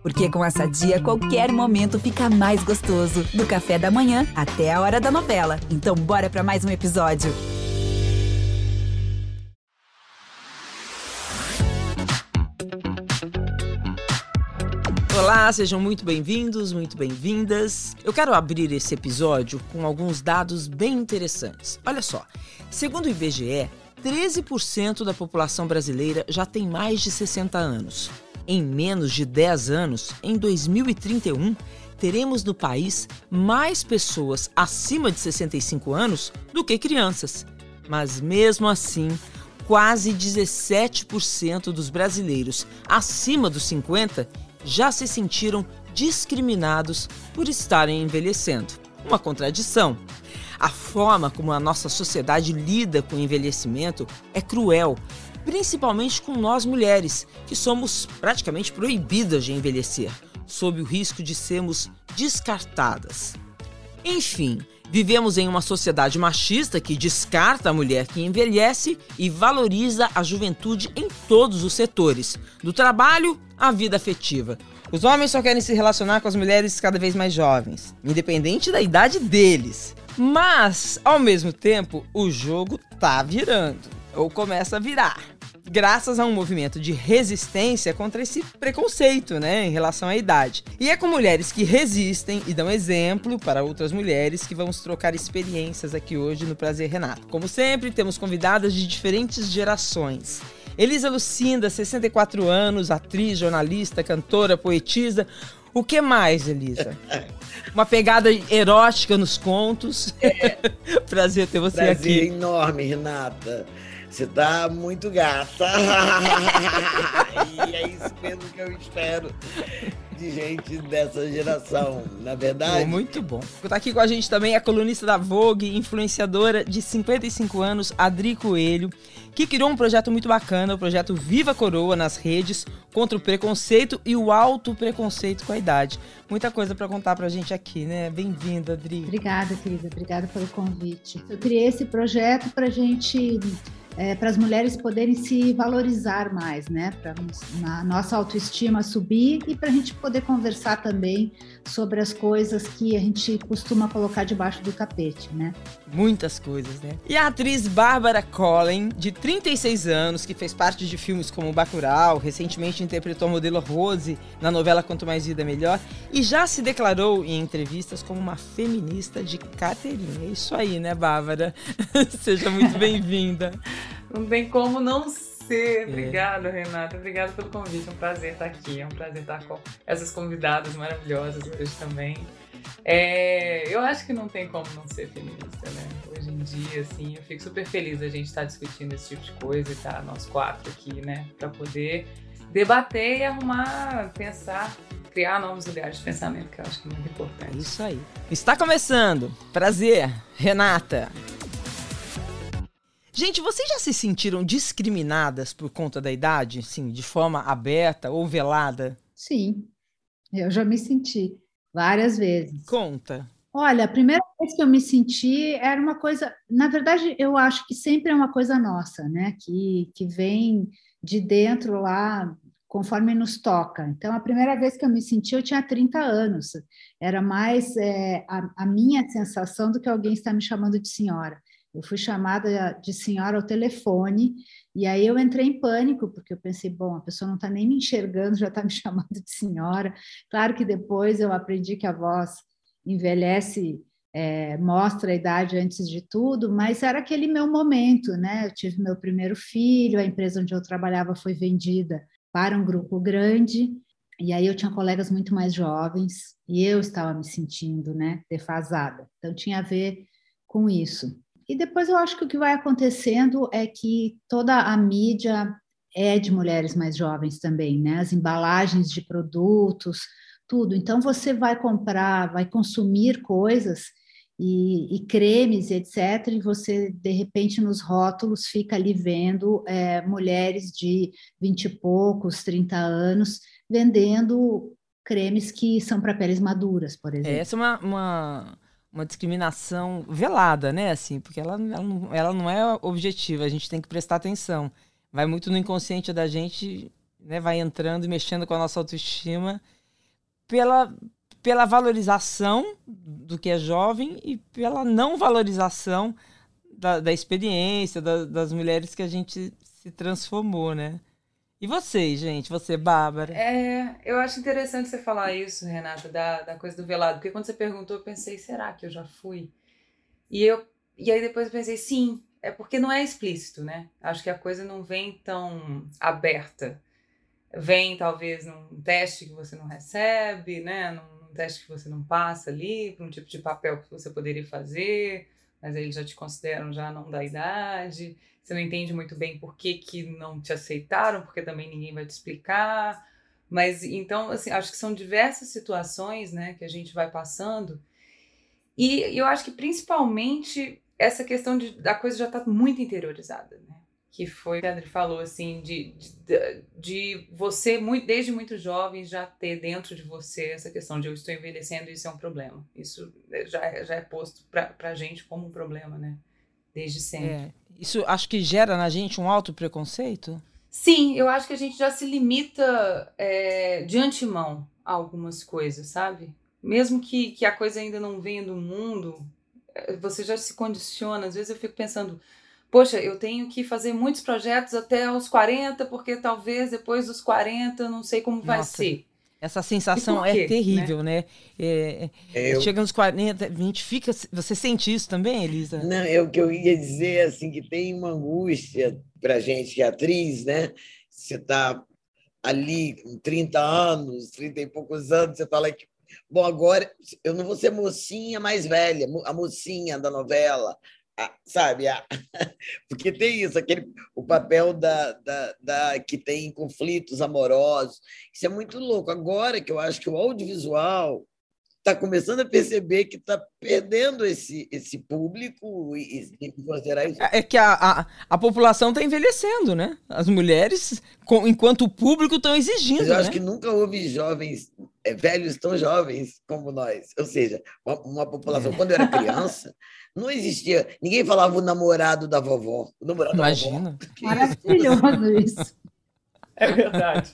Porque com a Sadia, qualquer momento fica mais gostoso. Do café da manhã até a hora da novela. Então bora pra mais um episódio. Olá, sejam muito bem-vindos, muito bem-vindas. Eu quero abrir esse episódio com alguns dados bem interessantes. Olha só, segundo o IBGE, 13% da população brasileira já tem mais de 60 anos. Em menos de 10 anos, em 2031, teremos no país mais pessoas acima de 65 anos do que crianças. Mas mesmo assim, quase 17% dos brasileiros acima dos 50 já se sentiram discriminados por estarem envelhecendo. Uma contradição. A forma como a nossa sociedade lida com o envelhecimento é cruel, principalmente com nós mulheres, que somos praticamente proibidas de envelhecer, sob o risco de sermos descartadas. Enfim, vivemos em uma sociedade machista que descarta a mulher que envelhece e valoriza a juventude em todos os setores, do trabalho à vida afetiva. Os homens só querem se relacionar com as mulheres cada vez mais jovens, independente da idade deles. Mas, ao mesmo tempo, o jogo tá virando, ou começa a virar, graças a um movimento de resistência contra esse preconceito, em relação à idade. E é com mulheres que resistem e dão exemplo para outras mulheres que vamos trocar experiências aqui hoje no Prazer Renato. Como sempre, temos convidadas de diferentes gerações. Elisa Lucinda, 64 anos, atriz, jornalista, cantora, poetisa. O que mais, Elisa? Uma pegada erótica nos contos. Prazer ter você aqui. Prazer enorme, Renata. Você tá muito gata. E é isso mesmo que eu espero de gente dessa geração, na verdade. Muito bom. Tá aqui com a gente também a colunista da Vogue, influenciadora de 55 anos, Adri Coelho, que criou um projeto muito bacana, o projeto Viva Coroa, nas redes, contra o preconceito e o autopreconceito com a idade. Muita coisa para contar pra gente aqui, né? Bem-vinda, Adri. Obrigada, querida. Obrigada pelo convite. Eu criei esse projeto pra gente... para as mulheres poderem se valorizar mais, para a nossa autoestima subir e para a gente poder conversar também sobre as coisas que a gente costuma colocar debaixo do tapete, Muitas coisas, E a atriz Bárbara Collen, de 36 anos, que fez parte de filmes como Bacurau, recentemente interpretou a modelo Rose na novela Quanto Mais Vida Melhor e já se declarou em entrevistas como uma feminista de carteirinha. É isso aí, Bárbara? Seja muito bem-vinda. Não tem como não ser. Obrigada, Renata. Obrigada pelo convite. É um prazer estar aqui. É um prazer estar com essas convidadas maravilhosas hoje também. Eu acho que não tem como não ser feminista, Hoje em dia, assim, eu fico super feliz da gente estar discutindo esse tipo de coisa e estar nós quatro aqui, para poder debater e arrumar, pensar, criar novos lugares de pensamento, que eu acho que é muito importante. Isso aí. Está começando. Prazer, Renata. Gente, vocês já se sentiram discriminadas por conta da idade, assim, de forma aberta ou velada? Sim, eu já me senti várias vezes. Conta. Olha, a primeira vez que eu me senti era uma coisa... Na verdade, eu acho que sempre é uma coisa nossa, que vem de dentro lá, conforme nos toca. Então, a primeira vez que eu me senti, eu tinha 30 anos. Era mais a minha sensação do que alguém está me chamando de senhora. Eu fui chamada de senhora ao telefone, e aí eu entrei em pânico, porque eu pensei, bom, a pessoa não está nem me enxergando, já está me chamando de senhora. Claro que depois eu aprendi que a voz envelhece, mostra a idade antes de tudo, mas era aquele meu momento, Eu tive meu primeiro filho, a empresa onde eu trabalhava foi vendida para um grupo grande, e aí eu tinha colegas muito mais jovens, e eu estava me sentindo, defasada. Então tinha a ver com isso. E depois eu acho que o que vai acontecendo é que toda a mídia é de mulheres mais jovens também, As embalagens de produtos, tudo. Então você vai comprar, vai consumir coisas e cremes, etc. E você, de repente, nos rótulos fica ali vendo mulheres de 20 e poucos, 30 anos, vendendo cremes que são para peles maduras, por exemplo. Essa é uma discriminação velada, assim, porque ela não é objetiva, a gente tem que prestar atenção. Vai muito no inconsciente da gente, vai entrando e mexendo com a nossa autoestima pela valorização do que é jovem e pela não valorização da experiência, das mulheres que a gente se transformou, né? E vocês, gente? Você, Bárbara? Eu acho interessante você falar isso, Renata, da coisa do velado, porque quando você perguntou, eu pensei, será que eu já fui? E aí depois eu pensei, sim, é porque não é explícito, né? Acho que a coisa não vem tão aberta. Vem, talvez, num teste que você não recebe, né? Num teste que você não passa ali, para um tipo de papel que você poderia fazer, mas aí eles já te consideram já não da idade. Você não entende muito bem por que não te aceitaram, porque também ninguém vai te explicar. Mas, então, assim, acho que são diversas situações, né, que a gente vai passando. E eu acho que, principalmente, essa questão da coisa já está muito interiorizada, né? Que foi o que a Adri falou, assim, de você, desde muito jovem, já ter dentro de você essa questão de eu estou envelhecendo e isso é um problema. Isso já é posto pra gente como um problema, né? Desde sempre. Isso acho que gera na gente um alto preconceito? Sim, eu acho que a gente já se limita de antemão a algumas coisas, sabe? Mesmo que a coisa ainda não venha do mundo, você já se condiciona. Às vezes eu fico pensando, poxa, eu tenho que fazer muitos projetos até os 40, porque talvez depois dos 40 eu não sei como vai ser. Essa sensação é terrível, né? Chega nos 40, 20, você sente isso também, Elisa? Não, o que eu ia dizer, assim, que tem uma angústia para a gente que é atriz, né? Você está ali com 30 anos, 30 e poucos anos, você fala que, bom, agora eu não vou ser mocinha mais velha, a mocinha da novela, sabe? Porque tem isso, o papel que tem conflitos amorosos. Isso é muito louco. Agora que eu acho que o audiovisual está começando a perceber que está perdendo esse público e considerar isso. É que a população está envelhecendo, né? As mulheres, enquanto o público, estão exigindo. Mas eu acho que nunca houve jovens, velhos tão jovens como nós. Ou seja, uma população. Quando eu era criança, não existia. Ninguém falava o namorado da vovó. O namorado Imagina. Da vovó. Maravilhoso isso. É verdade.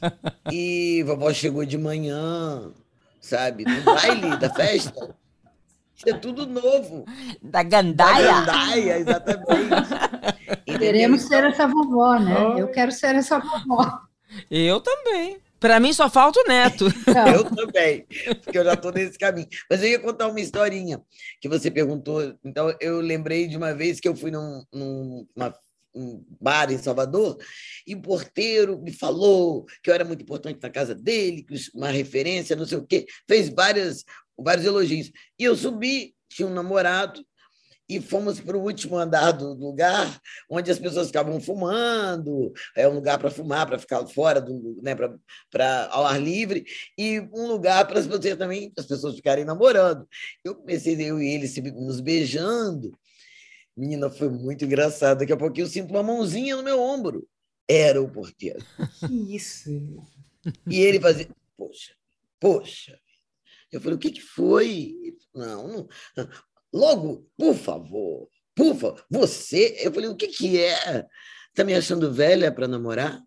E vovó chegou de manhã, sabe? No baile da festa. Isso é tudo novo. Da gandaia. Da gandaia, exatamente. Queremos ser essa vovó, né? Eu quero ser essa vovó. Eu também. Para mim só falta o neto. Eu também, porque eu já estou nesse caminho. Mas eu ia contar uma historinha que você perguntou. Então, eu lembrei de uma vez que eu fui num bar em Salvador e o porteiro me falou que eu era muito importante na casa dele, que uma referência, não sei o quê. Fez vários elogios. E eu subi, tinha um namorado, e fomos para o último andar do lugar, onde as pessoas ficavam fumando, é um lugar para fumar, para ficar fora, né, ao ar livre, e um lugar para as pessoas ficarem namorando. Eu comecei, eu e ele nos beijando. Menina, foi muito engraçado. Daqui a pouquinho eu sinto uma mãozinha no meu ombro. Era o porteiro. Que isso? E ele fazia, poxa. Eu falei, o que foi? Não. Logo, por favor, você... Eu falei, o que é? Está me achando velha para namorar?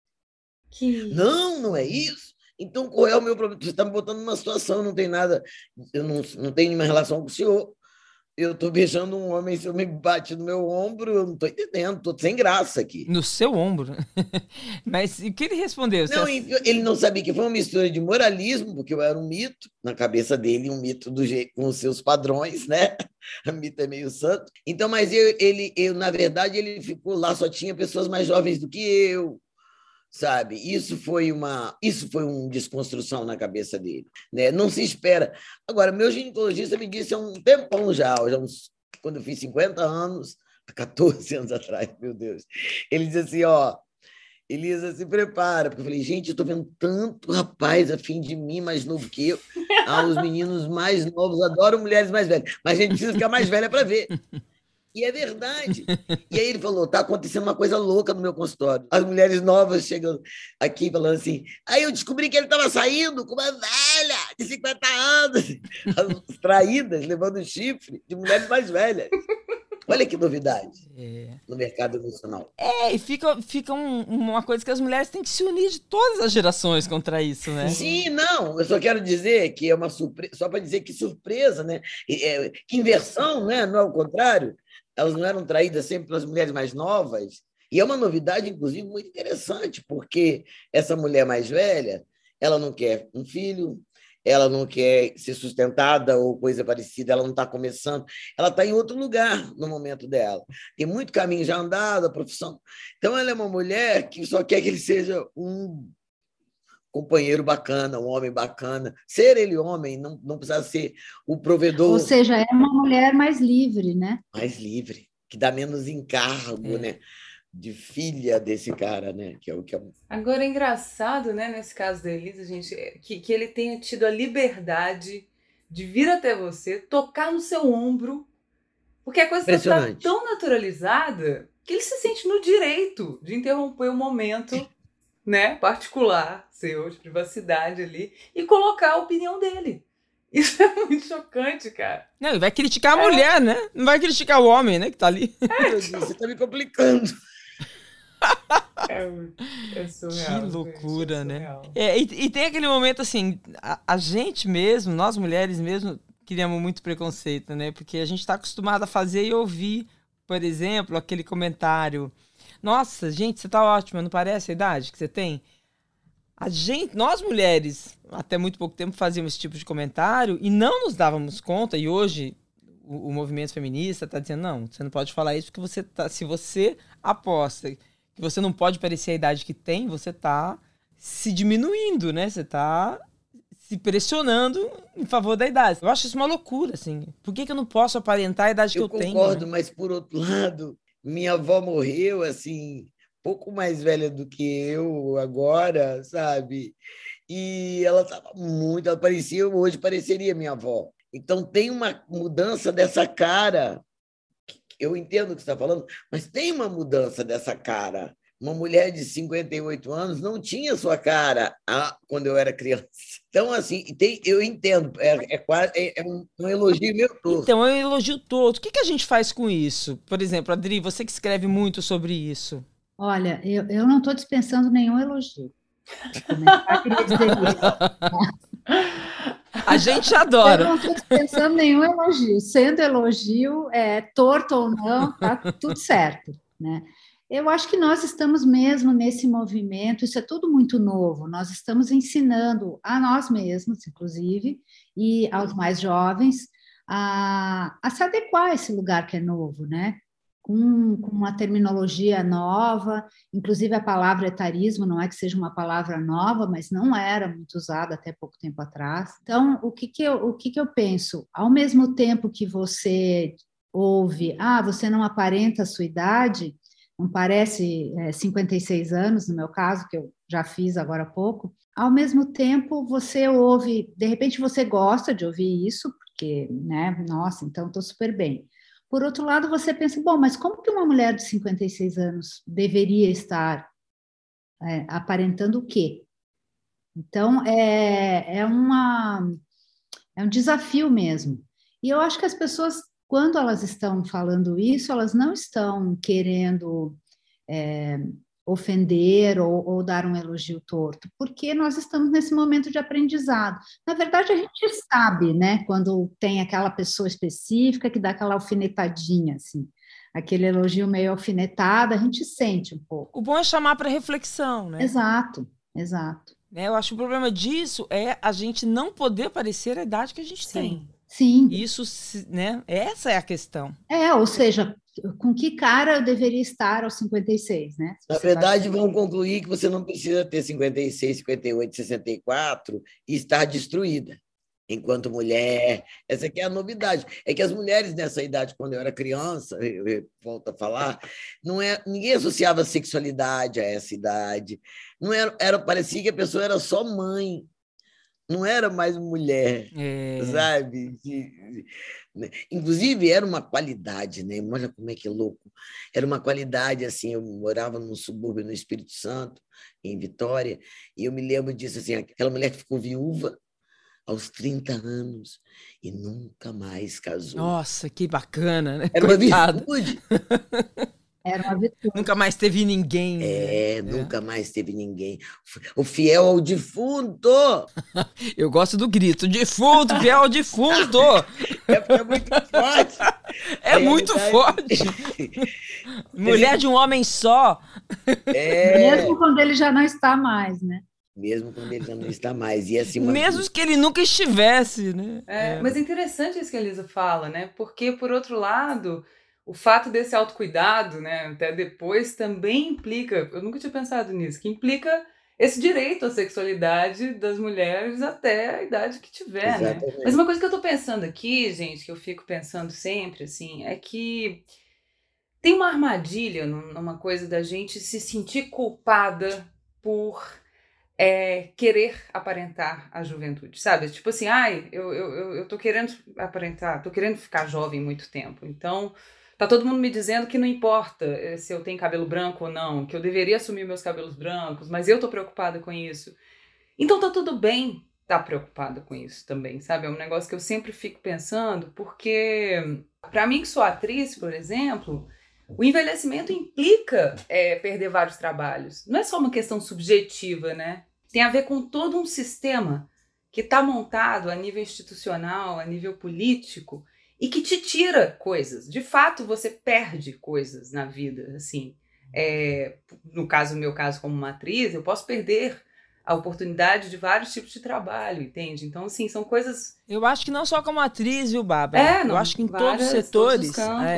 Não é isso. Então, qual é o meu problema? Você está me botando numa situação, não tem nada... Eu não tenho nenhuma relação com o senhor. Eu estou beijando um homem, se eu me bate no meu ombro, eu não estou entendendo, estou sem graça aqui. No seu ombro? Mas o que ele respondeu? Não, ele não sabia que foi uma mistura de moralismo, porque eu era um mito, na cabeça dele, um mito com os seus padrões, né? O mito é meio santo. Então, mas na verdade, ele ficou lá, só tinha pessoas mais jovens do que eu, sabe? Isso foi uma desconstrução na cabeça dele, né? Não se espera. Agora, meu ginecologista me disse há um tempão quando eu fiz 50 anos, há 14 anos atrás, meu Deus, ele disse assim, Elisa, se prepara, porque eu falei, gente, eu estou vendo tanto rapaz a fim de mim, mais novo que eu. Os meninos mais novos adoram mulheres mais velhas, mas a gente precisa ficar mais velha para ver. E é verdade. E aí ele falou, está acontecendo uma coisa louca no meu consultório. As mulheres novas chegam aqui falando assim, aí eu descobri que ele estava saindo com uma velha de 50 anos, as traídas, levando chifre de mulheres mais velhas. Olha que novidade no mercado emocional. E fica uma coisa que as mulheres têm que se unir de todas as gerações contra isso, né? Sim, não, eu só quero dizer que é uma surpresa, só para dizer que surpresa, né? Que inversão, né? Não é o contrário. Elas não eram traídas sempre pelas mulheres mais novas. E é uma novidade, inclusive, muito interessante, porque essa mulher mais velha, ela não quer um filho, ela não quer ser sustentada ou coisa parecida, ela não está começando, ela está em outro lugar no momento dela. Tem muito caminho já andado, a profissão. Então, ela é uma mulher que só quer que ele seja um companheiro bacana, um homem bacana. Ser ele homem, não precisa ser o provedor. Ou seja, é uma mulher mais livre, né? Mais livre, que dá menos encargo, né? De filha desse cara, né? Que é o que é... Agora é engraçado, né, nesse caso da Elisa, gente, que ele tenha tido a liberdade de vir até você, tocar no seu ombro, porque a coisa está tão naturalizada que ele se sente no direito de interromper o momento, né, particular seu, de privacidade ali, e colocar a opinião dele. Isso é muito chocante, cara. Não, e vai criticar a mulher, né? Não vai criticar o homem, né, que tá ali. Você tá me complicando. É surreal. Que loucura, gente, né? E tem aquele momento assim, a gente mesmo, nós mulheres mesmo, criamos muito preconceito, né? Porque a gente tá acostumado a fazer e ouvir, por exemplo, aquele comentário: nossa, gente, você tá ótima, não parece a idade que você tem? Nós mulheres, até muito pouco tempo, fazíamos esse tipo de comentário e não nos dávamos conta, e hoje o movimento feminista está dizendo: não, você não pode falar isso porque se você aposta que você não pode parecer a idade que tem, você está se diminuindo, né? Você está se pressionando em favor da idade. Eu acho isso uma loucura, assim. Por que eu não posso aparentar a idade que eu tenho? Eu concordo, né? Mas, por outro lado, minha avó morreu, assim, pouco mais velha do que eu agora, sabe? E ela estava muito... hoje pareceria minha avó. Então, tem uma mudança dessa cara. Eu entendo o que você está falando, mas tem uma mudança dessa cara. Uma mulher de 58 anos não tinha sua cara quando eu era criança. Então, assim, eu entendo. É um elogio meu todo. Então, é um elogio todo. O que a gente faz com isso? Por exemplo, Adri, você que escreve muito sobre isso. Olha, eu não estou dispensando nenhum elogio. Eu queria dizer isso. A gente adora. Eu não estou dispensando nenhum elogio. Sendo elogio, torto ou não, tá tudo certo, né? Eu acho que nós estamos mesmo nesse movimento, isso é tudo muito novo, nós estamos ensinando a nós mesmos, inclusive, e aos mais jovens, a se adequar a esse lugar que é novo, né? Com uma terminologia nova, inclusive a palavra etarismo não é que seja uma palavra nova, mas não era muito usada até pouco tempo atrás. Então, o que eu penso? Ao mesmo tempo que você ouve, você não aparenta a sua idade, não parece 56 anos, no meu caso, que eu já fiz agora há pouco, ao mesmo tempo você ouve, de repente você gosta de ouvir isso, porque, né, nossa, então estou super bem. Por outro lado, você pensa, bom, mas como que uma mulher de 56 anos deveria estar aparentando o quê? Então, é um desafio mesmo. E eu acho que as pessoas, quando elas estão falando isso, elas não estão querendo ofender ou dar um elogio torto, porque nós estamos nesse momento de aprendizado. Na verdade, a gente sabe, né, quando tem aquela pessoa específica que dá aquela alfinetadinha, assim, aquele elogio meio alfinetado, a gente sente um pouco. O bom é chamar para reflexão, né? Exato. Eu acho que o problema disso é a gente não poder parecer a idade que a gente tem. Sim. Isso, né? Essa é a questão. Ou seja, com que cara eu deveria estar aos 56, né? Na verdade, vão concluir que você não precisa ter 56, 58, 64 e estar destruída. Enquanto mulher, essa aqui é a novidade. É que as mulheres nessa idade, quando eu era criança, eu volto a falar, ninguém associava a sexualidade a essa idade. Não parecia que a pessoa era só mãe, não era mais mulher, sabe? Inclusive, era uma qualidade, né? Olha como é que é louco. Era uma qualidade, assim, eu morava num subúrbio no Espírito Santo, em Vitória, e eu me lembro disso, assim, aquela mulher que ficou viúva aos 30 anos e nunca mais casou. Nossa, que bacana, né? Era uma Coitado. virtude. Era uma virtude. Nunca mais teve ninguém. Né? Nunca mais teve ninguém. O fiel ao defunto. Eu gosto do grito, defunto, fiel ao defunto. É porque é muito forte. É muito forte. Mulher de um homem só. Mesmo quando ele já não está mais, né? Mesmo quando ele já não está mais. E assim, mesmo que ele nunca estivesse, né? Mas é interessante isso que a Elisa fala, né? Porque, por outro lado, o fato desse autocuidado, né, até depois, também implica, eu nunca tinha pensado nisso, que implica esse direito à sexualidade das mulheres até a idade que tiver, né? Mas uma coisa que eu tô pensando aqui, gente, que eu fico pensando sempre, assim, é que tem uma armadilha numa coisa da gente se sentir culpada por querer aparentar a juventude, sabe? Tipo assim, eu tô querendo aparentar, tô querendo ficar jovem muito tempo, então tá todo mundo me dizendo que não importa se eu tenho cabelo branco ou não, que eu deveria assumir meus cabelos brancos, mas eu tô preocupada com isso. Então tá tudo bem tá preocupada com isso também, sabe? É um negócio que eu sempre fico pensando, porque pra mim que sou atriz, por exemplo, o envelhecimento implica perder vários trabalhos. Não é só uma questão subjetiva, né? Tem a ver com todo um sistema que está montado a nível institucional, a nível político, e que te tira coisas. De fato, você perde coisas na vida, assim. No meu caso como uma atriz, eu posso perder a oportunidade de vários tipos de trabalho, entende? Então, assim, são coisas... Eu acho que não só como atriz, viu, Bárbara? Eu acho que em todos os setores,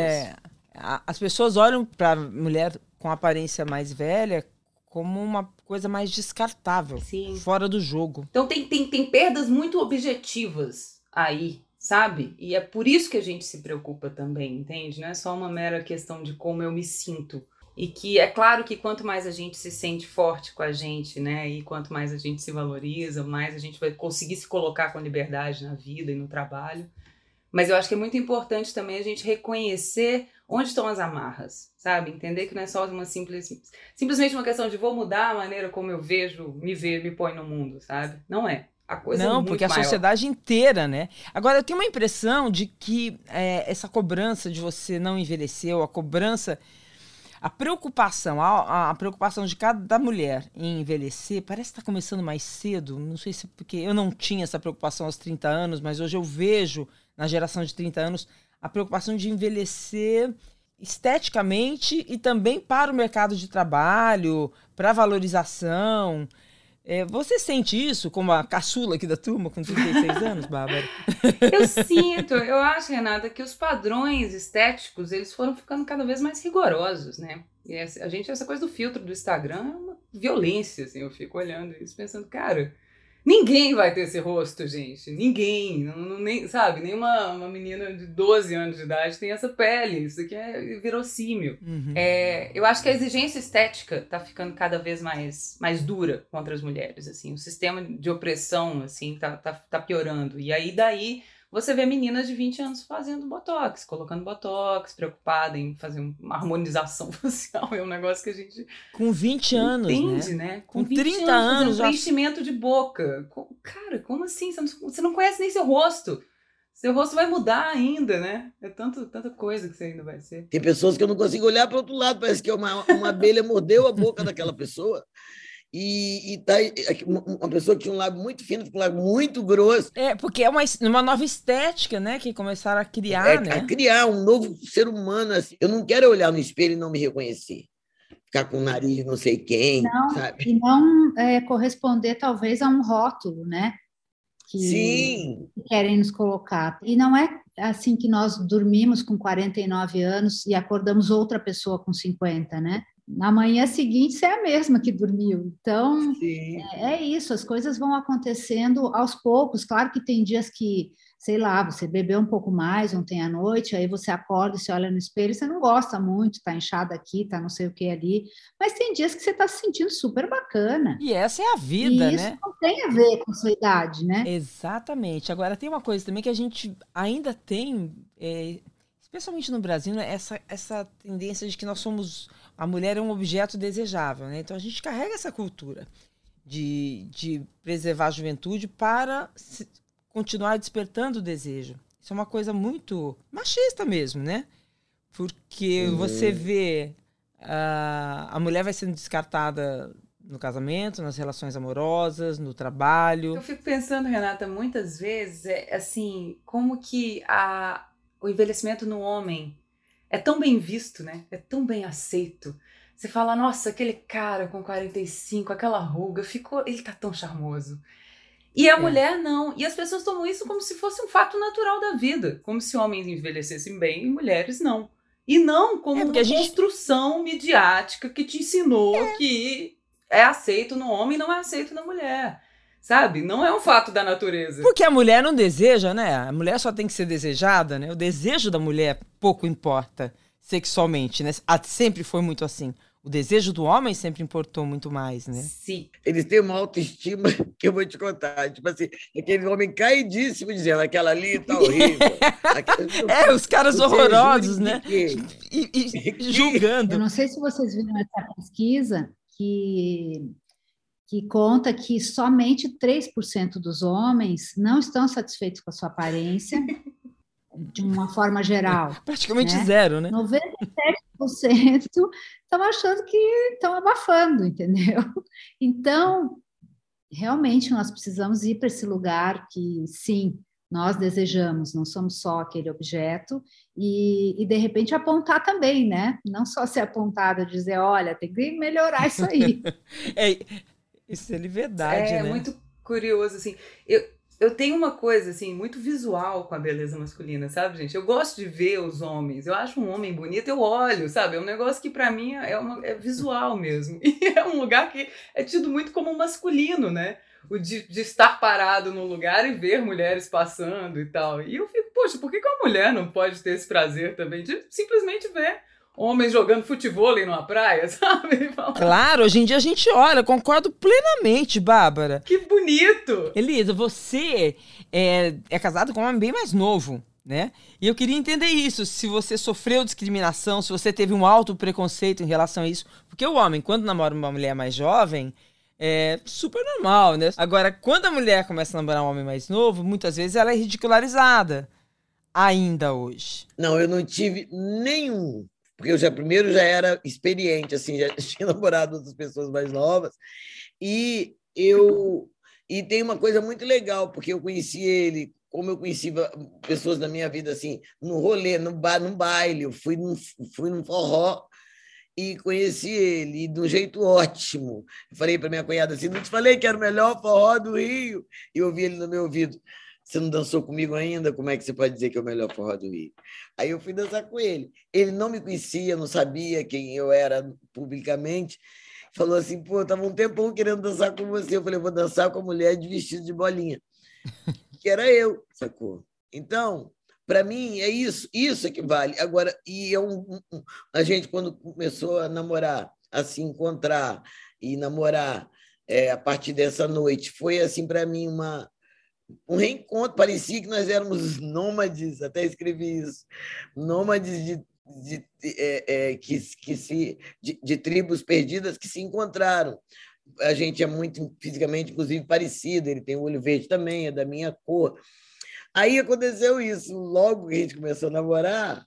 as pessoas olham para a mulher com aparência mais velha como uma coisa mais descartável, sim, fora do jogo. Então tem perdas muito objetivas aí, sabe? E é por isso que a gente se preocupa também, entende? Não é só uma mera questão de como eu me sinto. E que é claro que quanto mais a gente se sente forte com a gente, né? E quanto mais a gente se valoriza, mais a gente vai conseguir se colocar com liberdade na vida e no trabalho. Mas eu acho que é muito importante também a gente reconhecer onde estão as amarras, sabe? Entender que não é só uma simplesmente uma questão de vou mudar a maneira como eu me põe no mundo, sabe? Não é. A coisa não, é muito porque a maior. Sociedade inteira, né? Agora, eu tenho uma impressão de que essa cobrança de você não envelhecer, ou a cobrança, a preocupação de cada mulher em envelhecer, parece que está começando mais cedo. Não sei se porque eu não tinha essa preocupação aos 30 anos, mas hoje eu vejo na geração de 30 anos a preocupação de envelhecer esteticamente e também para o mercado de trabalho, para a valorização. Você sente isso como a caçula aqui da turma com 36 anos, Bárbara? Eu sinto, eu acho, Renata, que os padrões estéticos eles foram ficando cada vez mais rigorosos, né? E essa coisa do filtro do Instagram é uma violência, assim, eu fico olhando isso pensando, cara, ninguém vai ter esse rosto, gente, ninguém, nem, sabe, nem uma menina de 12 anos de idade tem essa pele, isso aqui é verossímil. Uhum. Eu acho que a exigência estética tá ficando cada vez mais dura contra as mulheres, assim, o sistema de opressão, assim, tá piorando, e aí daí você vê meninas de 20 anos fazendo botox, colocando botox, preocupada em fazer uma harmonização facial. É um negócio que a gente... Com 20 anos, entende, né? Com 30 anos. Um preenchimento de boca. Cara, como assim? Você não conhece nem seu rosto. Seu rosto vai mudar ainda, né? É tanta coisa que você ainda vai ser. Tem pessoas que eu não consigo olhar para o outro lado. Parece que uma abelha mordeu a boca daquela pessoa. E tá uma pessoa que tinha um lábio muito fino, com um lábio muito grosso. Porque é uma nova estética, né? Que começaram a criar, né? A criar um novo ser humano. Assim. Eu não quero olhar no espelho e não me reconhecer. Ficar com o nariz não sei quem, não, sabe? E não corresponder, talvez, a um rótulo, né? Sim. Que querem nos colocar. E não é assim que nós dormimos com 49 anos e acordamos outra pessoa com 50, né? Na manhã seguinte, você é a mesma que dormiu. Então, é isso, as coisas vão acontecendo aos poucos. Claro que tem dias que, sei lá, você bebeu um pouco mais ontem à noite, aí você acorda e você olha no espelho, você não gosta muito, tá inchada aqui, tá não sei o que ali, mas tem dias que você tá se sentindo super bacana. E essa é a vida, e né? Isso não tem a ver com a sua idade, né? Exatamente. Agora, tem uma coisa também que a gente ainda tem, especialmente no Brasil, né, essa tendência de que nós somos... A mulher é um objeto desejável, né? Então a gente carrega essa cultura de preservar a juventude para continuar despertando o desejo. Isso é uma coisa muito machista mesmo, né? Porque você vê a mulher vai sendo descartada no casamento, nas relações amorosas, no trabalho. Eu fico pensando, Renata, muitas vezes, assim, como que o envelhecimento no homem é tão bem visto, né? É tão bem aceito. Você fala, nossa, aquele cara com 45, aquela ruga, ele tá tão charmoso. E a mulher não. E as pessoas tomam isso como se fosse um fato natural da vida. Como se homens envelhecessem bem e mulheres não. E não como uma construção midiática que te ensinou que é aceito no homem e não é aceito na mulher. Sabe? Não é um fato da natureza. Porque a mulher não deseja, né? A mulher só tem que ser desejada, né? O desejo da mulher pouco importa sexualmente, né? Sempre foi muito assim. O desejo do homem sempre importou muito mais, né? Sim. Eles têm uma autoestima que eu vou te contar. Tipo assim, aquele homem caidíssimo dizendo, aquela ali tá horrível. Os caras horrorosos, né? E julgando. Eu não sei se vocês viram essa pesquisa que conta que somente 3% dos homens não estão satisfeitos com a sua aparência, de uma forma geral. Praticamente zero, né? 97% estão achando que estão abafando, entendeu? Então, realmente, nós precisamos ir para esse lugar que, sim, nós desejamos, não somos só aquele objeto, e de repente apontar também, né? Não só ser apontado, dizer, olha, tem que melhorar isso aí. Isso é liberdade, né? É muito curioso, assim. Eu tenho uma coisa, assim, muito visual com a beleza masculina, sabe, gente? Eu gosto de ver os homens. Eu acho um homem bonito, eu olho, sabe? É um negócio que, pra mim, é visual mesmo. E é um lugar que é tido muito como masculino, né? O de estar parado num lugar e ver mulheres passando e tal. E eu fico, poxa, por que uma mulher não pode ter esse prazer também de simplesmente ver homens jogando futevôlei numa praia, sabe? Claro, hoje em dia a gente olha, concordo plenamente, Bárbara. Que bonito! Elisa, você é casada com um homem bem mais novo, né? E eu queria entender isso, se você sofreu discriminação, se você teve um alto preconceito em relação a isso. Porque o homem, quando namora uma mulher mais jovem, é super normal, né? Agora, quando a mulher começa a namorar um homem mais novo, muitas vezes ela é ridicularizada, ainda hoje. Não, eu não tive nenhum. Porque eu primeiro já era experiente, assim, já tinha namorado outras pessoas mais novas. E tem uma coisa muito legal, porque eu conheci ele, como eu conheci pessoas da minha vida, assim, no rolê, num baile, eu fui num forró e conheci ele, de um jeito ótimo. Eu falei para minha cunhada assim, não te falei que era o melhor forró do Rio? E eu ouvi ele no meu ouvido. Você não dançou comigo ainda? Como é que você pode dizer que é o melhor forró do Rio? Aí eu fui dançar com ele. Ele não me conhecia, não sabia quem eu era publicamente. Falou assim, pô, eu estava um tempão querendo dançar com você. Eu falei, eu vou dançar com a mulher de vestido de bolinha. Que era eu, sacou? Então, para mim, é isso é que vale. Agora, a gente, quando começou a namorar, a se encontrar e namorar a partir dessa noite, foi, assim, para mim, um reencontro. Parecia que nós éramos nômades, até escrevi isso, nômades de tribos perdidas que se encontraram. A gente é muito fisicamente, inclusive, parecido, ele tem o olho verde também, é da minha cor. Aí aconteceu isso, logo que a gente começou a namorar,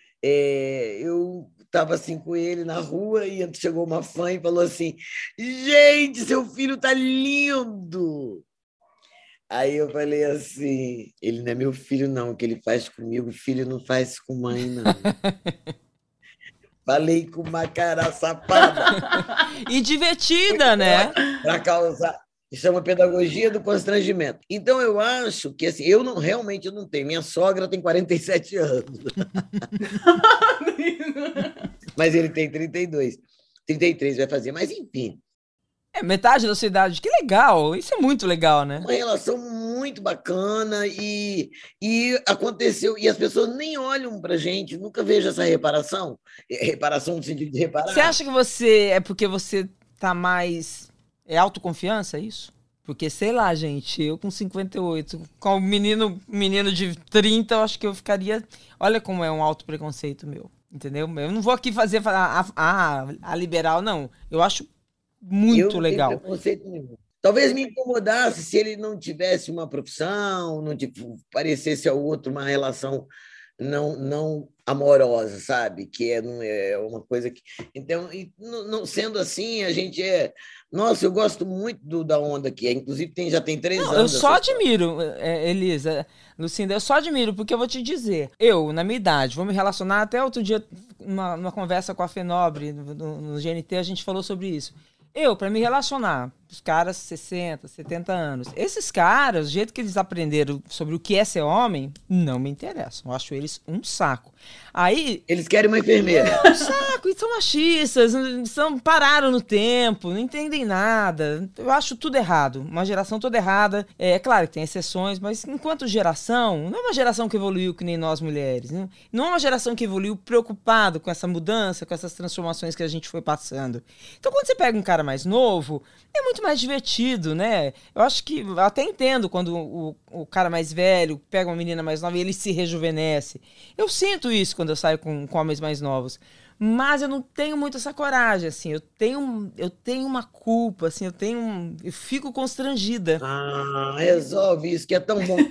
eu estava assim com ele na rua e chegou uma fã e falou assim, gente, seu filho tá lindo! Aí eu falei assim, ele não é meu filho não, o que ele faz comigo, filho não faz com mãe não. Falei com uma cara safada. E divertida, né? Para causar, isso é uma pedagogia do constrangimento. Então eu acho que assim, realmente eu não tenho, minha sogra tem 47 anos. Mas ele tem 32, 33 vai fazer, mas enfim. Metade da sua idade, que legal, isso é muito legal, né? Uma relação muito bacana e aconteceu, e as pessoas nem olham pra gente, nunca vejo essa reparação no sentido de reparar. Você acha que é porque você tá mais, autoconfiança, é isso? Porque, sei lá, gente, eu com 58, com um menino de 30, eu acho que eu ficaria, olha como é um alto preconceito meu, entendeu? Eu não vou aqui fazer a liberal, não, eu acho muito legal. Não tenho preconceito nenhum. Talvez me incomodasse se ele não tivesse uma profissão, não parecesse ao outro uma relação não amorosa, sabe? Que não é uma coisa que. Então, não sendo assim, a gente é. Nossa, eu gosto muito da onda que é. Inclusive, já tem 3 anos. Eu só admiro, Elisa, Lucinda, eu só admiro, porque eu vou te dizer, eu, na minha idade, vou me relacionar até outro dia, numa conversa com a Fê Nobre, no GNT, a gente falou sobre isso. Eu, para me relacionar, os caras 60, 70 anos, esses caras, o jeito que eles aprenderam sobre o que é ser homem, não me interessam. Eu acho eles um saco. Aí... Eles querem uma enfermeira. Um saco, e são machistas, pararam no tempo, não entendem nada. Eu acho tudo errado, uma geração toda errada. É claro que tem exceções, mas enquanto geração, não é uma geração que evoluiu que nem nós mulheres. Não é uma geração que evoluiu preocupado com essa mudança, com essas transformações que a gente foi passando. Então, quando você pega um cara mais novo, é muito mais divertido, né? Eu acho que, eu até entendo quando o cara mais velho pega uma menina mais nova e ele se rejuvenesce. Eu sinto isso quando eu saio com homens mais novos. Mas eu não tenho muito essa coragem, assim. Eu tenho uma culpa, assim. Eu fico constrangida. Resolve isso, que é tão bom.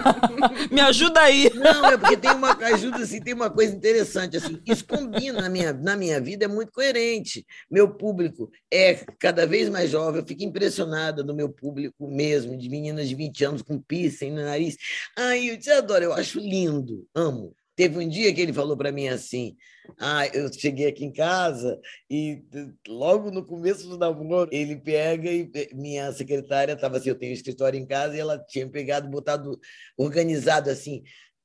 Me ajuda aí. Não, é porque tem uma coisa interessante, assim. Isso combina na minha vida, é muito coerente. Meu público é cada vez mais jovem. Eu fico impressionada no meu público mesmo, de meninas de 20 anos com piercing no nariz. Eu te adoro, eu acho lindo, amo. Teve um dia que ele falou para mim assim, eu cheguei aqui em casa e logo no começo do namoro, ele pega e minha secretária estava assim, eu tenho um escritório em casa e ela tinha pegado, botado, organizado assim,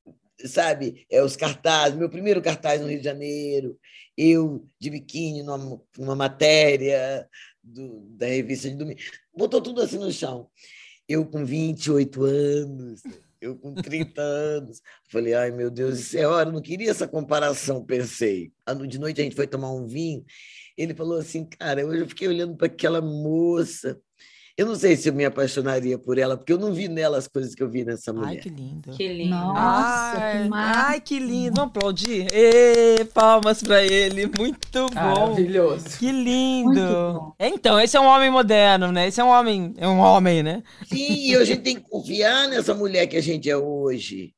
sabe, os cartazes, meu primeiro cartaz no Rio de Janeiro, eu de biquíni numa matéria da revista de domingo, botou tudo assim no chão. Eu com 28 anos... Eu com 30 anos, falei, ai meu Deus, isso é hora, eu não queria essa comparação, pensei. De noite a gente foi tomar um vinho, ele falou assim, cara, hoje eu fiquei olhando para aquela moça, eu não sei se eu me apaixonaria por ela, porque eu não vi nela as coisas que eu vi nessa mulher. Ai, que lindo. Que lindo. Nossa, que maravilha. Ai, que lindo. Vamos aplaudir? Ê, palmas pra ele. Muito bom. Maravilhoso. Que lindo. Muito bom. Então, esse é um homem moderno, né? Esse é um homem, né? Sim, e a gente tem que confiar nessa mulher que a gente é hoje.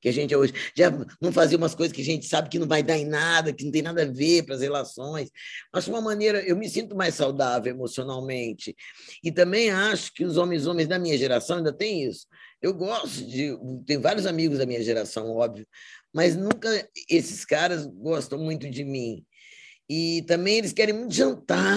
Já não fazer umas coisas que a gente sabe que não vai dar em nada, que não tem nada a ver para as relações. Acho uma maneira, eu me sinto mais saudável emocionalmente. E também acho que os homens da minha geração ainda têm isso. Eu gosto tenho vários amigos da minha geração, óbvio, mas nunca esses caras gostam muito de mim. E também eles querem muito jantar.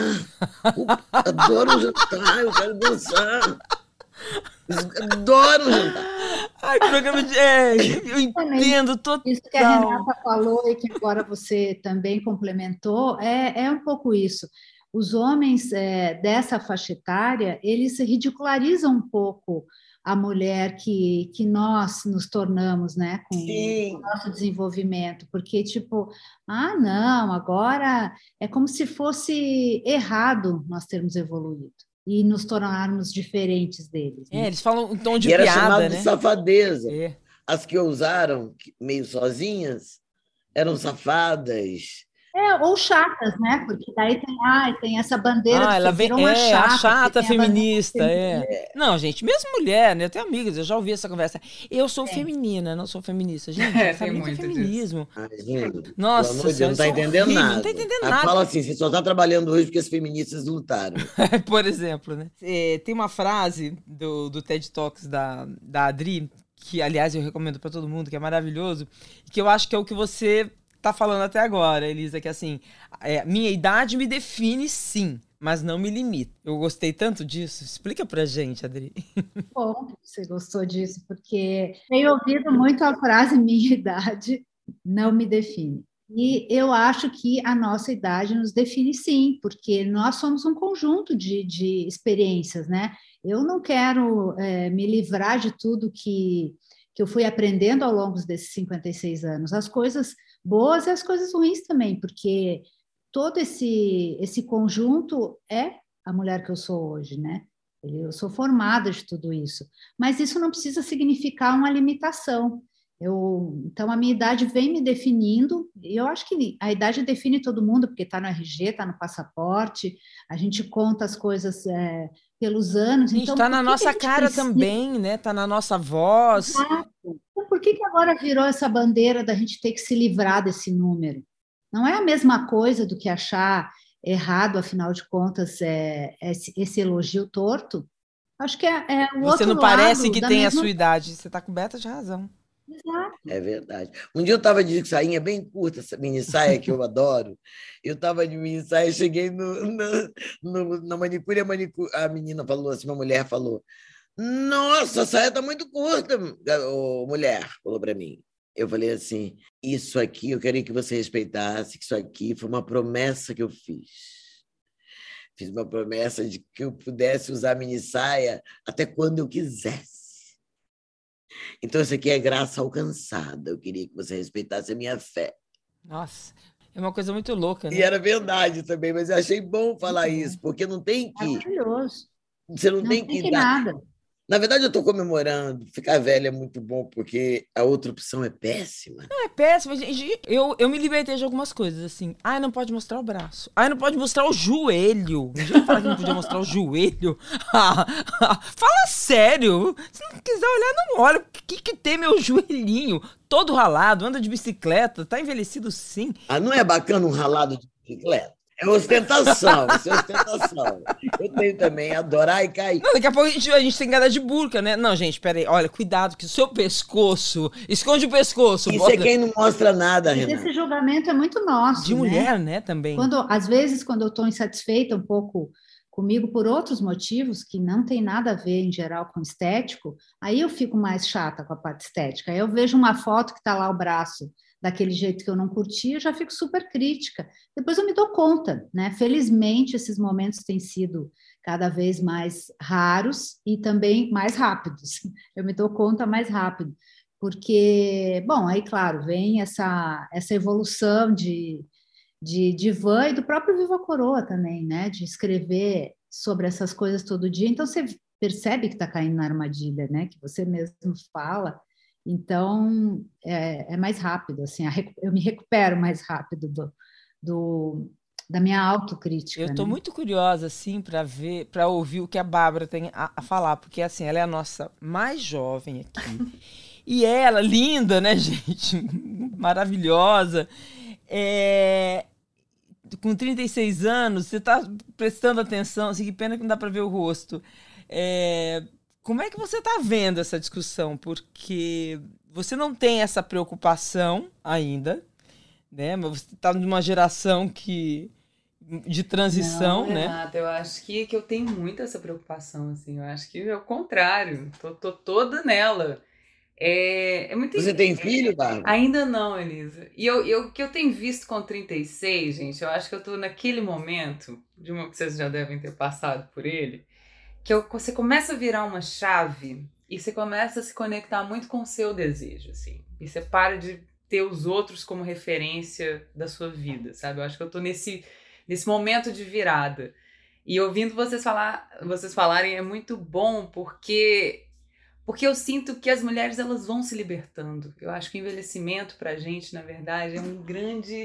Adoram jantar, eu quero dançar. Eles adoram jantar. Ai, programa de... eu entendo total. Isso que a Renata falou e que agora você também complementou, é um pouco isso. Os homens dessa faixa etária, eles ridicularizam um pouco a mulher que nós nos tornamos, né, com o nosso desenvolvimento, porque tipo, não, agora é como se fosse errado nós termos evoluído e nos tornarmos diferentes deles. Né? Eles falam um tom de piada, era chamado, né? De safadeza. As que ousaram, meio sozinhas, eram safadas. Ou chatas, né? Porque daí tem essa bandeira de ela virou uma a chata feminista, Não, gente, mesmo mulher, né? Eu tenho amigas, eu já ouvi essa conversa. Eu sou feminina, não sou feminista. Gente, tem muito feminismo. Gente, nossa, Deus, não está entendendo nada. Não tá entendendo nada. Fala assim, você só está trabalhando hoje porque as feministas lutaram. Por exemplo, né? Tem uma frase do TED Talks da Adri, que, aliás, eu recomendo para todo mundo, que é maravilhoso, que eu acho que é o que você tá falando até agora, Elisa, que assim, minha idade me define, sim, mas não me limita. Eu gostei tanto disso. Explica pra gente, Adri. Bom que você gostou disso, porque tenho ouvido muito a frase minha idade não me define. E eu acho que a nossa idade nos define, sim, porque nós somos um conjunto de experiências, né? Eu não quero me livrar de tudo que eu fui aprendendo ao longo desses 56 anos. As coisas boas e as coisas ruins também, porque todo esse conjunto é a mulher que eu sou hoje, né? Eu sou formada de tudo isso. Mas isso não precisa significar uma limitação. Então, a minha idade vem me definindo, e eu acho que a idade define todo mundo, porque está no RG, está no passaporte, a gente conta as coisas pelos anos. Então, está na nossa cara também, né? Está na nossa voz. Exato. Então, por que agora virou essa bandeira da gente ter que se livrar desse número? Não é a mesma coisa do que achar errado, afinal de contas, esse elogio torto? Acho que é o outro lado. Você não parece que tem a sua idade. Você está coberta de razão. Exato. É verdade. Um dia eu estava de sainha bem curta, essa mini saia que eu adoro. Eu estava de mini saia, cheguei na manicure, a menina falou assim, uma mulher falou, nossa, a saia está muito curta, mulher, falou para mim. Eu falei assim, isso aqui eu queria que você respeitasse, que isso aqui foi uma promessa que eu fiz. Fiz uma promessa de que eu pudesse usar mini saia até quando eu quisesse. Então, isso aqui é graça alcançada. Eu queria que você respeitasse a minha fé. Nossa, é uma coisa muito louca, né? E era verdade também, mas eu achei bom falar isso, porque não tem que... Maravilhoso. Você não tem que dar... nada. Na verdade, eu estou comemorando. Ficar velho é muito bom, porque a outra opção é péssima. Não, é péssima, gente. Eu me libertei de algumas coisas, assim. Ai, não pode mostrar o braço. Ai, não pode mostrar o joelho. Um dia eu falei que não podia mostrar o joelho. Fala sério. Se não quiser olhar, não olha. O que tem meu joelhinho? Todo ralado, anda de bicicleta, tá envelhecido sim. Ah, não é bacana um ralado de bicicleta? É ostentação, isso é ostentação. Eu tenho também, adorar e cair. Não, daqui a pouco a gente tem que andar de burca, né? Não, gente, peraí, olha, cuidado que o seu pescoço, esconde o pescoço. Isso é quem não mostra nada, Renata. Esse julgamento é muito nosso, de mulher, né, também. Às vezes, quando eu estou insatisfeita um pouco comigo por outros motivos, que não tem nada a ver, em geral, com estético, aí eu fico mais chata com a parte estética. Aí eu vejo uma foto que está lá o braço daquele jeito que eu não curti, eu já fico super crítica. Depois eu me dou conta, né? Felizmente, esses momentos têm sido cada vez mais raros e também mais rápidos. Eu me dou conta mais rápido. Porque, bom, aí, claro, vem essa evolução de Van e do próprio Viva a Coroa também, né? De escrever sobre essas coisas todo dia. Então, você percebe que está caindo na armadilha, né? Que você mesmo fala. Então, é mais rápido, assim, eu me recupero mais rápido da minha autocrítica. Eu estou muito curiosa, assim, para ouvir o que a Bárbara tem a falar, porque, assim, ela é a nossa mais jovem aqui. E ela, linda, né, gente? Maravilhosa. Com 36 anos, você está prestando atenção, assim, que pena que não dá para ver o rosto. Como é que você está vendo essa discussão? Porque você não tem essa preocupação ainda, né? Mas você está numa geração de transição, não, né? Renata, eu acho que eu tenho muito essa preocupação, assim. Eu acho que é o contrário. Tô toda nela. Muito Você tem filho, Bárbara? Ainda não, Elisa. E o que eu tenho visto com 36, gente, eu acho que eu tô naquele momento, que vocês já devem ter passado por ele, que você começa a virar uma chave e você começa a se conectar muito com o seu desejo, assim. E você para de ter os outros como referência da sua vida, sabe? Eu acho que eu tô nesse momento de virada. E ouvindo vocês falarem é muito bom, porque eu sinto que as mulheres, elas vão se libertando. Eu acho que o envelhecimento pra gente, na verdade, é um grande,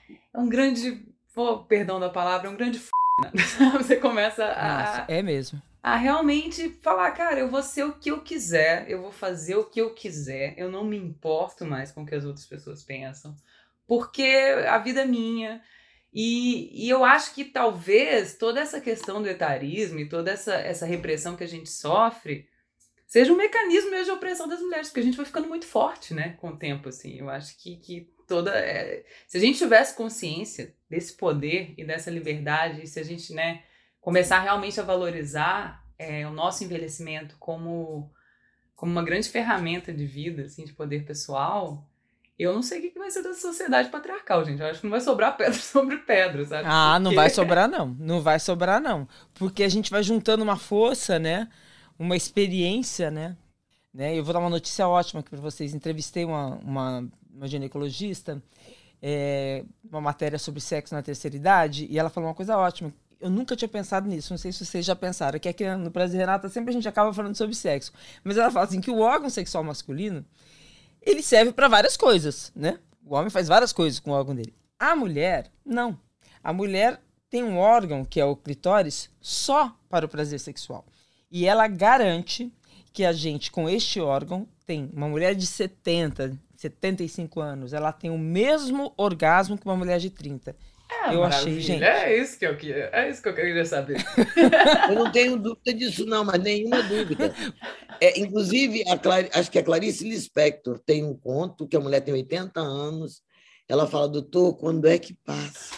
perdão da palavra, é um grande Você começa Nossa, é mesmo. A realmente falar, cara, eu vou ser o que eu quiser, eu vou fazer o que eu quiser, eu não me importo mais com o que as outras pessoas pensam, porque a vida é minha. E eu acho que talvez toda essa questão do etarismo e toda essa repressão que a gente sofre seja um mecanismo mesmo de opressão das mulheres, porque a gente vai ficando muito forte, né, com o tempo, assim. Eu acho que se a gente tivesse consciência desse poder e dessa liberdade, e se a gente, né, começar realmente a valorizar o nosso envelhecimento como uma grande ferramenta de vida, assim, de poder pessoal, eu não sei o que vai ser da sociedade patriarcal, gente. Eu acho que não vai sobrar pedra sobre pedra, sabe? Ah, não vai sobrar, não. Não vai sobrar, não. Porque a gente vai juntando uma força, né? Uma experiência, né? Eu vou dar uma notícia ótima aqui para vocês. Entrevistei uma ginecologista, uma matéria sobre sexo na terceira idade, e ela falou uma coisa ótima. Eu nunca tinha pensado nisso, não sei se vocês já pensaram, que aqui no Prazer Renata sempre a gente acaba falando sobre sexo. Mas ela fala assim, que o órgão sexual masculino, ele serve para várias coisas, né? O homem faz várias coisas com o órgão dele. A mulher, não. A mulher tem um órgão, que é o clitóris, só para o prazer sexual. E ela garante que a gente, com este órgão, tem uma mulher de 70, 75 anos, ela tem o mesmo orgasmo que uma mulher de 30. Eu achei, gente. É isso que eu queria saber. Eu não tenho dúvida disso, não, mas nenhuma dúvida. Inclusive, acho que a Clarice Lispector tem um conto que a mulher tem 80 anos. Ela fala, doutor, quando é que passa?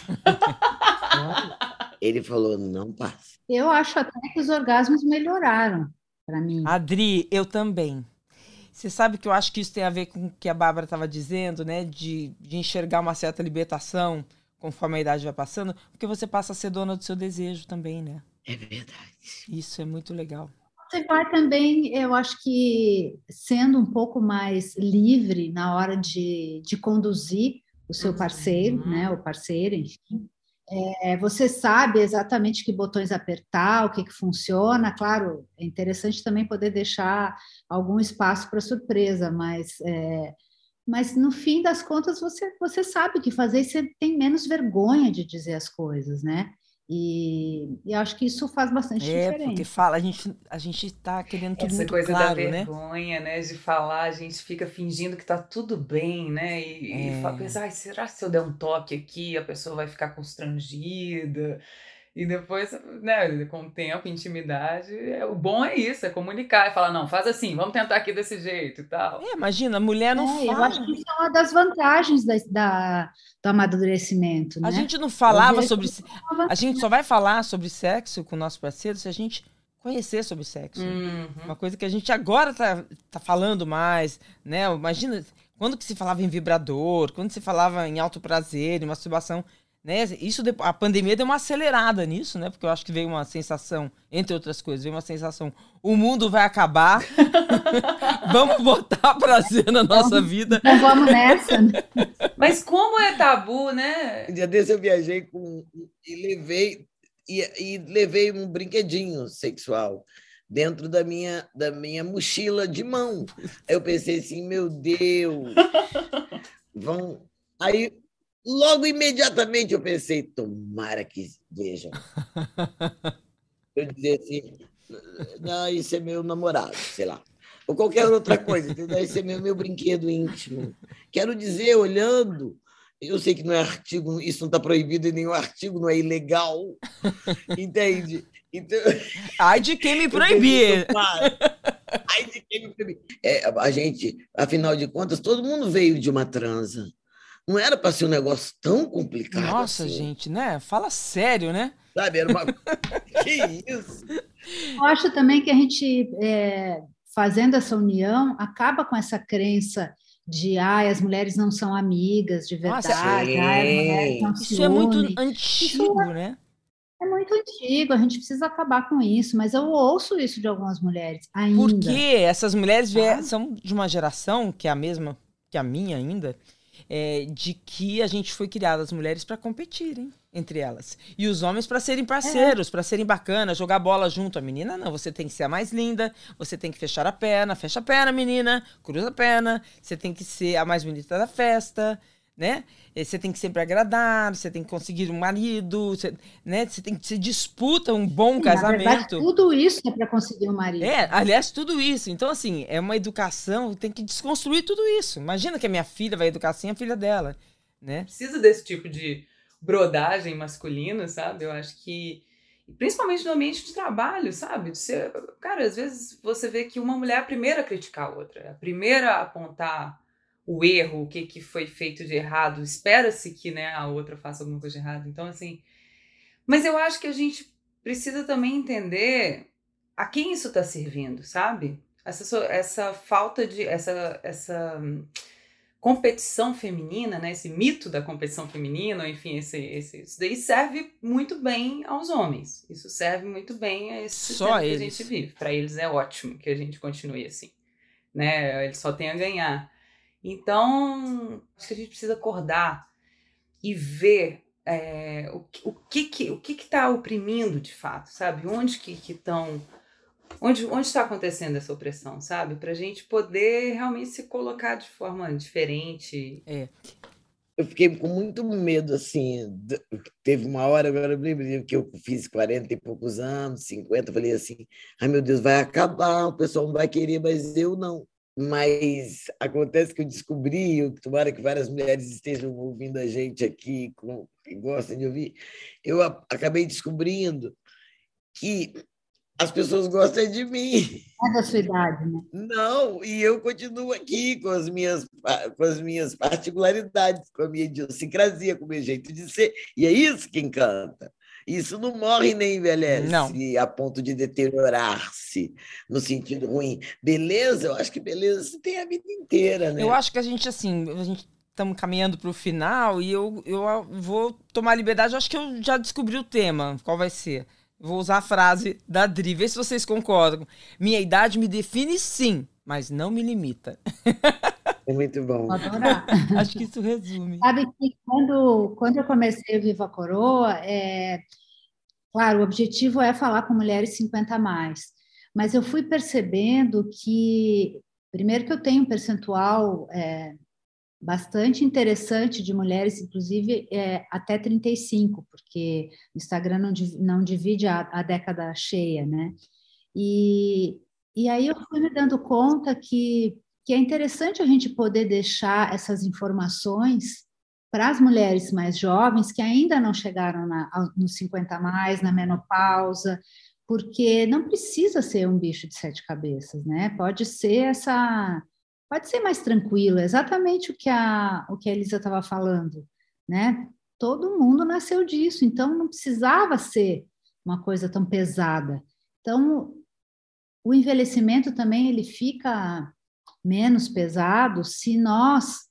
Ele falou, não passa. Eu acho até que os orgasmos melhoraram para mim. Adri, eu também. Você sabe que eu acho que isso tem a ver com o que a Bárbara estava dizendo, né? De enxergar uma certa libertação conforme a idade vai passando, porque você passa a ser dona do seu desejo também, né? É verdade. Isso é muito legal. Você vai também, eu acho que sendo um pouco mais livre na hora de conduzir o seu parceiro, né? O parceiro, enfim. Você sabe exatamente que botões apertar, o que funciona. Claro, é interessante também poder deixar algum espaço para surpresa, mas no fim das contas você sabe o que fazer e você tem menos vergonha de dizer as coisas, né? E acho que isso faz bastante diferença. Porque a gente tá querendo tudo essa muito coisa claro, da né? vergonha, né? De falar, a gente fica fingindo que tá tudo bem, né? E pensa, ai, será que se eu der um toque aqui, a pessoa vai ficar constrangida? E depois, né, com o tempo, intimidade, o bom é isso, é comunicar, é falar, não, faz assim, vamos tentar aqui desse jeito e tal. Imagina, a mulher não fala. Eu acho que isso é uma das vantagens do amadurecimento, né? A gente não falava sobre... A gente só vai falar sobre sexo com o nosso parceiro se a gente conhecer sobre sexo. Uma coisa que a gente agora tá falando mais, né? Imagina, quando que se falava em vibrador, quando se falava em alto prazer, em masturbação... Né? A pandemia deu uma acelerada nisso, né? Porque eu acho que veio uma sensação, entre outras coisas, veio uma sensação, o mundo vai acabar, vamos botar prazer na nossa vida. Então vamos nessa. Mas como é tabu, né? Um dia desse eu viajei e levei um brinquedinho sexual dentro da minha mochila de mão. Aí eu pensei assim, meu Deus, Aí logo, imediatamente, eu pensei, tomara que vejam. Eu dizia assim, não, isso é meu namorado, sei lá. Ou qualquer outra coisa, entendeu? Isso é meu brinquedo íntimo. Quero dizer, olhando, eu sei que não é artigo, isso não está proibido em nenhum artigo, não é ilegal, entende? Então, ai de quem me proibir! Ai de quem me proibir! A gente, afinal de contas, todo mundo veio de uma transa. Não era para ser um negócio tão complicado. Nossa, assim. gente, né? Fala sério, né? Sabe, era uma... Que isso? Eu acho também que a gente, fazendo essa união, acaba com essa crença de as mulheres não são amigas de verdade, as mulheres não se Isso é muito unem. antigo, né? É muito antigo, a gente precisa acabar com isso, mas eu ouço isso de algumas mulheres ainda. Porque essas mulheres são de uma geração que é a mesma que a minha ainda, de que a gente foi criada as mulheres para competirem entre elas. E os homens para serem parceiros, para serem bacanas, jogar bola junto. A menina não, você tem que ser a mais linda, você tem que fechar a perna, fecha a perna, menina, cruza a perna, você tem que ser a mais bonita da festa, né? Você tem que sempre agradar, você tem que conseguir um marido, você disputa um bom casamento. Na verdade, tudo isso é para conseguir um marido. Aliás, tudo isso. Então, assim, é uma educação, tem que desconstruir tudo isso. Imagina que a minha filha vai educar assim a filha dela, né? Precisa desse tipo de brodagem masculina, sabe? Eu acho que, principalmente no ambiente de trabalho, sabe? Cara, às vezes você vê que uma mulher é a primeira a criticar a outra, a primeira a apontar o erro, o que foi feito de errado, espera-se que, né, a outra faça alguma coisa de errado. Então, assim, mas eu acho que a gente precisa também entender a quem isso está servindo, sabe? Essa falta de, essa competição feminina, né, esse mito da competição feminina, enfim, isso daí serve muito bem aos homens. Isso serve muito bem a esse sistema que a gente vive. Para eles é ótimo que a gente continue assim, né? Eles só têm a ganhar. Então, acho que a gente precisa acordar e ver o que está oprimindo de fato, sabe? Onde que estão Onde está acontecendo essa opressão, sabe? Pra gente poder realmente se colocar de forma diferente. Eu fiquei com muito medo, assim, teve uma hora, agora eu lembro que eu fiz 40 e poucos anos, 50, eu falei assim, ai meu Deus, vai acabar, o pessoal não vai querer, mas eu não. Mas acontece que eu descobri, tomara que várias mulheres estejam ouvindo a gente aqui, que gostam de ouvir, eu acabei descobrindo que as pessoas gostam de mim. É da sua idade, né? Não, e eu continuo aqui com as minhas particularidades, com a minha idiosincrasia, com o meu jeito de ser, e é isso que encanta. Isso não morre nem envelhece Não. A ponto de deteriorar-se no sentido ruim. Beleza, eu acho que beleza você tem a vida inteira, né? Eu acho que a gente estamos caminhando para o final e eu vou tomar a liberdade, eu acho que eu já descobri o tema, qual vai ser. Vou usar a frase da Dri, vê se vocês concordam. Minha idade me define sim, mas não me limita. É muito bom. Vou adorar. Acho que isso resume. Sabe que quando eu comecei o Viva a Coroa, claro, o objetivo é falar com mulheres 50 a mais, mas eu fui percebendo que, primeiro que eu tenho um percentual bastante interessante de mulheres, inclusive até 35, porque o Instagram não divide a década cheia, né? E aí eu fui me dando conta que é interessante a gente poder deixar essas informações para as mulheres mais jovens que ainda não chegaram nos 50 a mais, na menopausa, porque não precisa ser um bicho de 7 cabeças, né? Pode ser mais tranquilo, exatamente o que a Elisa estava falando, né? Todo mundo nasceu disso, então não precisava ser uma coisa tão pesada. Então, o envelhecimento também ele fica menos pesado se nós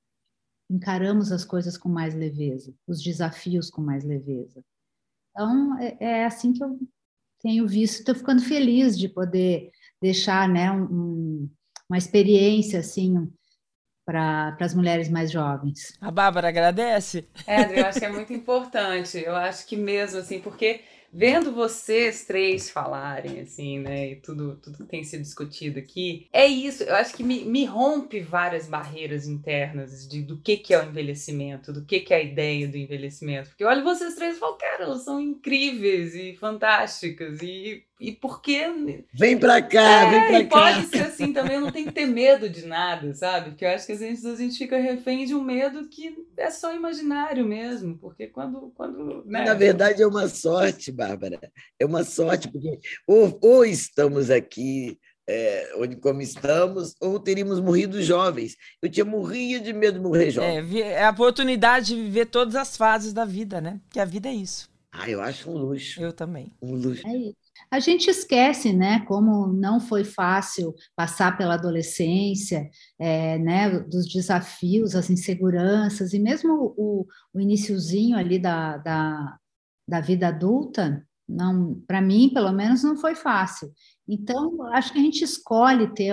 encaramos as coisas com mais leveza, os desafios com mais leveza. Então, é assim que eu tenho visto, estou ficando feliz de poder deixar, né, uma experiência assim para as mulheres mais jovens. A Bárbara agradece? Adri, eu acho que é muito importante. Eu acho que mesmo assim, porque vendo vocês três falarem, assim, né, e tudo que tem sido discutido aqui, é isso, eu acho que me rompe várias barreiras internas do que é o envelhecimento, do que é a ideia do envelhecimento, porque olha vocês três e falo, cara, elas são incríveis e fantásticas, e por que... Vem pra cá, vem pra cá. Pode ser assim também, não tem que ter medo de nada, sabe? Porque eu acho que às vezes a gente fica refém de um medo que é só imaginário mesmo, porque quando né? Na verdade é uma sorte, Bárbara, é uma sorte, porque ou estamos aqui onde como estamos, ou teríamos morrido jovens. Eu morria de medo de morrer jovem. É a oportunidade de viver todas as fases da vida, né? Que a vida é isso. Eu acho um luxo. Eu também. Um luxo. É isso. A gente esquece, né, como não foi fácil passar pela adolescência, né, dos desafios, as inseguranças, e mesmo o iniciozinho ali da vida adulta, para mim, pelo menos, não foi fácil. Então, acho que a gente escolhe ter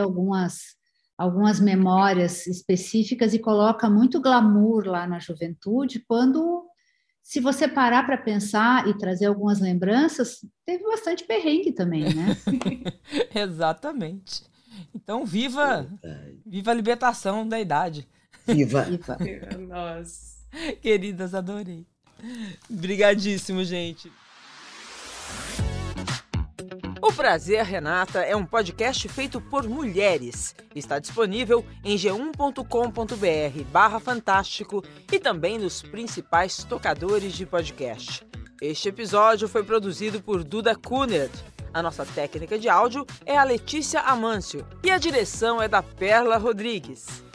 algumas memórias específicas e coloca muito glamour lá na juventude, quando... Se você parar para pensar e trazer algumas lembranças, teve bastante perrengue também, né? Exatamente. Então, viva a libertação da idade. Viva. Nossa. Queridas, adorei. Obrigadíssimo, gente. O Prazer, Renata é um podcast feito por mulheres. Está disponível em g1.com.br/fantástico e também nos principais tocadores de podcast. Este episódio foi produzido por Duda Kunert. A nossa técnica de áudio é a Letícia Amâncio e a direção é da Perla Rodrigues.